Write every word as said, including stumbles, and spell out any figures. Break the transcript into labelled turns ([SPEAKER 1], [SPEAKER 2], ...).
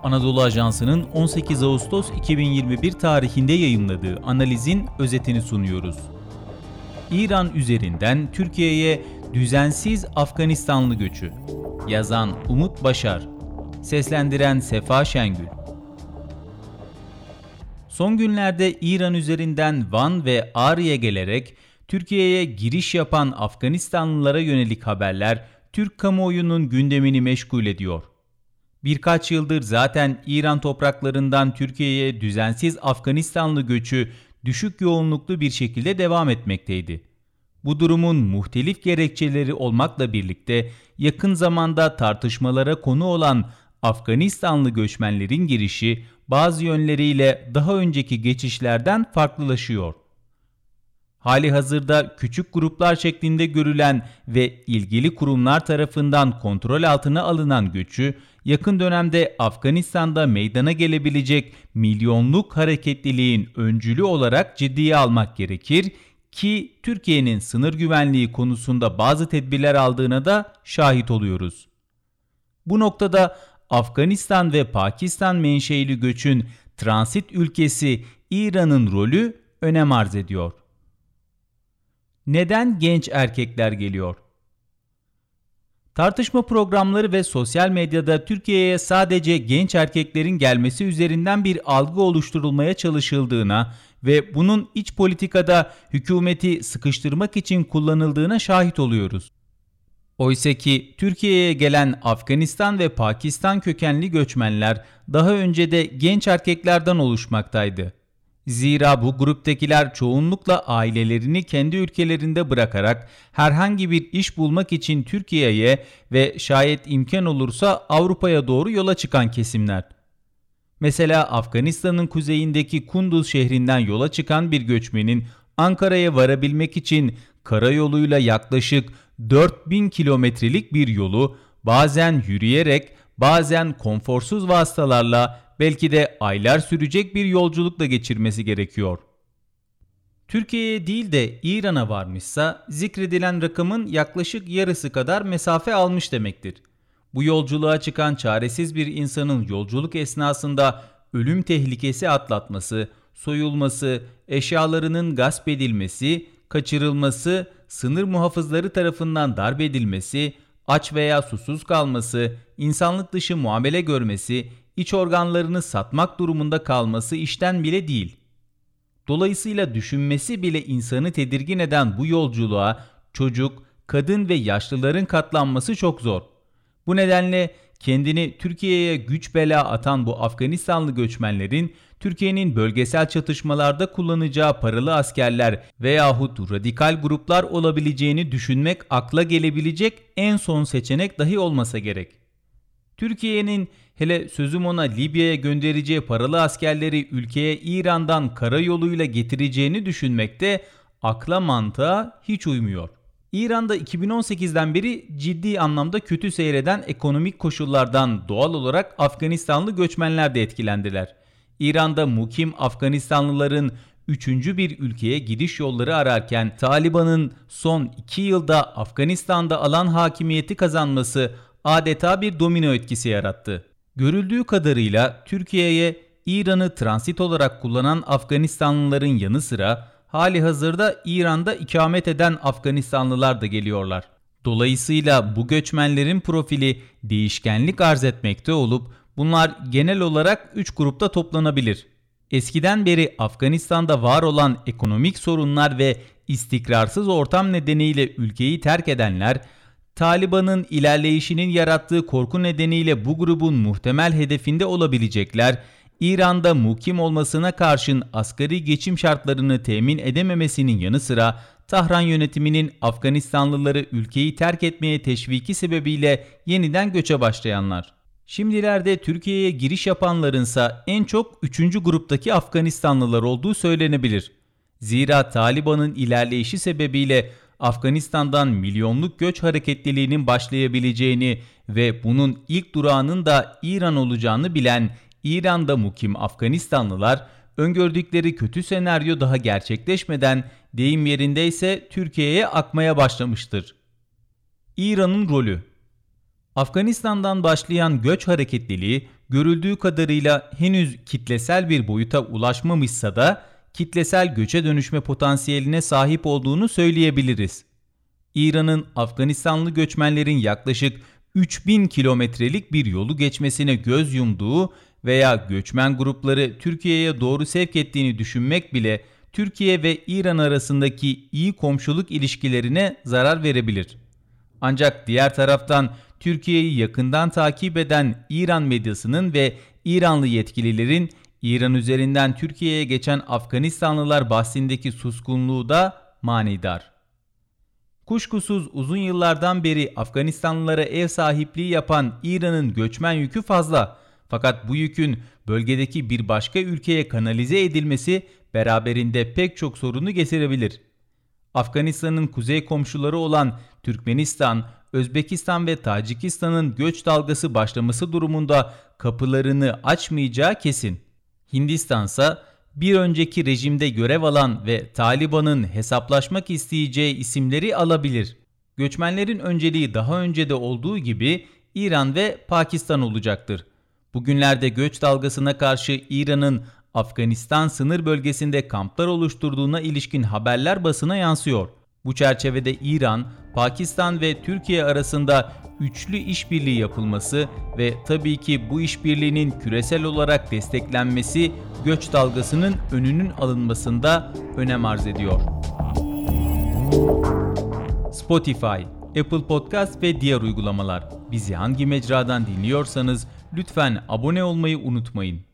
[SPEAKER 1] Anadolu Ajansı'nın on sekiz Ağustos iki bin yirmi bir tarihinde yayımladığı analizin özetini sunuyoruz. İran üzerinden Türkiye'ye düzensiz Afganistanlı göçü. Yazan Umut Başar, seslendiren Sefa Şengül. Son günlerde İran üzerinden Van ve Ağrı'ya gelerek Türkiye'ye giriş yapan Afganistanlılara yönelik haberler Türk kamuoyunun gündemini meşgul ediyor. Birkaç yıldır zaten İran topraklarından Türkiye'ye düzensiz Afganistanlı göçü düşük yoğunluklu bir şekilde devam etmekteydi. Bu durumun muhtelif gerekçeleri olmakla birlikte yakın zamanda tartışmalara konu olan Afganistanlı göçmenlerin girişi bazı yönleriyle daha önceki geçişlerden farklılaşıyor. Halihazırda küçük gruplar şeklinde görülen ve ilgili kurumlar tarafından kontrol altına alınan göçü, yakın dönemde Afganistan'da meydana gelebilecek milyonluk hareketliliğin öncülü olarak ciddiye almak gerekir ki Türkiye'nin sınır güvenliği konusunda bazı tedbirler aldığına da şahit oluyoruz. Bu noktada Afganistan ve Pakistan menşeili göçün transit ülkesi İran'ın rolü önem arz ediyor. Neden genç erkekler geliyor? Tartışma programları ve sosyal medyada Türkiye'ye sadece genç erkeklerin gelmesi üzerinden bir algı oluşturulmaya çalışıldığına ve bunun iç politikada hükümeti sıkıştırmak için kullanıldığına şahit oluyoruz. Oysaki Türkiye'ye gelen Afganistan ve Pakistan kökenli göçmenler daha önce de genç erkeklerden oluşmaktaydı. Zira bu gruptakiler çoğunlukla ailelerini kendi ülkelerinde bırakarak herhangi bir iş bulmak için Türkiye'ye ve şayet imkan olursa Avrupa'ya doğru yola çıkan kesimler. Mesela Afganistan'ın kuzeyindeki Kunduz şehrinden yola çıkan bir göçmenin Ankara'ya varabilmek için karayoluyla yaklaşık dört bin kilometrelik bir yolu bazen yürüyerek, bazen konforsuz vasıtalarla belki de aylar sürecek bir yolculukla geçirmesi gerekiyor. Türkiye'ye değil de İran'a varmışsa zikredilen rakamın yaklaşık yarısı kadar mesafe almış demektir. Bu yolculuğa çıkan çaresiz bir insanın yolculuk esnasında ölüm tehlikesi atlatması, soyulması, eşyalarının gasp edilmesi, kaçırılması, sınır muhafızları tarafından darp edilmesi, aç veya susuz kalması, insanlık dışı muamele görmesi, iç organlarını satmak durumunda kalması işten bile değil. Dolayısıyla düşünmesi bile insanı tedirgin eden bu yolculuğa çocuk, kadın ve yaşlıların katlanması çok zor. Bu nedenle kendini Türkiye'ye güç bela atan bu Afganistanlı göçmenlerin Türkiye'nin bölgesel çatışmalarda kullanacağı paralı askerler veyahut radikal gruplar olabileceğini düşünmek akla gelebilecek en son seçenek dahi olmasa gerek. Türkiye'nin hele sözüm ona Libya'ya göndereceği paralı askerleri ülkeye İran'dan karayoluyla getireceğini düşünmekte akla mantığa hiç uymuyor. İran'da iki bin on sekizden beri ciddi anlamda kötü seyreden ekonomik koşullardan doğal olarak Afganistanlı göçmenler de etkilendiler. İran'da mukim Afganistanlıların üçüncü bir ülkeye gidiş yolları ararken Taliban'ın son iki yılda Afganistan'da alan hakimiyeti kazanması adeta bir domino etkisi yarattı. Görüldüğü kadarıyla Türkiye'ye İran'ı transit olarak kullanan Afganistanlıların yanı sıra halihazırda İran'da ikamet eden Afganistanlılar da geliyorlar. Dolayısıyla bu göçmenlerin profili değişkenlik arz etmekte olup bunlar genel olarak üç grupta toplanabilir. Eskiden beri Afganistan'da var olan ekonomik sorunlar ve istikrarsız ortam nedeniyle ülkeyi terk edenler, Taliban'ın ilerleyişinin yarattığı korku nedeniyle bu grubun muhtemel hedefinde olabilecekler, İran'da mukim olmasına karşın asgari geçim şartlarını temin edememesinin yanı sıra Tahran yönetiminin Afganistanlıları ülkeyi terk etmeye teşviki sebebiyle yeniden göçe başlayanlar. Şimdilerde Türkiye'ye giriş yapanlarınsa en çok üçüncü gruptaki Afganistanlılar olduğu söylenebilir. Zira Taliban'ın ilerleyişi sebebiyle Afganistan'dan milyonluk göç hareketliliğinin başlayabileceğini ve bunun ilk durağının da İran olacağını bilen İran'da mukim Afganistanlılar, öngördükleri kötü senaryo daha gerçekleşmeden deyim yerindeyse Türkiye'ye akmaya başlamıştır. İran'ın rolü. Afganistan'dan başlayan göç hareketliliği görüldüğü kadarıyla henüz kitlesel bir boyuta ulaşmamışsa da kitlesel göçe dönüşme potansiyeline sahip olduğunu söyleyebiliriz. İran'ın Afganistanlı göçmenlerin yaklaşık üç bin kilometrelik bir yolu geçmesine göz yumduğu veya göçmen grupları Türkiye'ye doğru sevk ettiğini düşünmek bile Türkiye ve İran arasındaki iyi komşuluk ilişkilerine zarar verebilir. Ancak diğer taraftan Türkiye'yi yakından takip eden İran medyasının ve İranlı yetkililerin İran üzerinden Türkiye'ye geçen Afganistanlılar bahsindeki suskunluğu da manidar. Kuşkusuz uzun yıllardan beri Afganistanlılara ev sahipliği yapan İran'ın göçmen yükü fazla. Fakat bu yükün bölgedeki bir başka ülkeye kanalize edilmesi beraberinde pek çok sorunu getirebilir. Afganistan'ın kuzey komşuları olan Türkmenistan, Özbekistan ve Tacikistan'ın göç dalgası başlaması durumunda kapılarını açmayacağı kesin. Hindistan ise bir önceki rejimde görev alan ve Taliban'ın hesaplaşmak isteyeceği isimleri alabilir. Göçmenlerin önceliği daha önce de olduğu gibi İran ve Pakistan olacaktır. Bugünlerde göç dalgasına karşı İran'ın Afganistan sınır bölgesinde kamplar oluşturduğuna ilişkin haberler basına yansıyor. Bu çerçevede İran, Pakistan ve Türkiye arasında üçlü işbirliği yapılması ve tabii ki bu işbirliğinin küresel olarak desteklenmesi göç dalgasının önünün alınmasında önem arz ediyor. Spotify, Apple Podcast ve diğer uygulamalar. Bizi hangi mecradan dinliyorsanız lütfen abone olmayı unutmayın.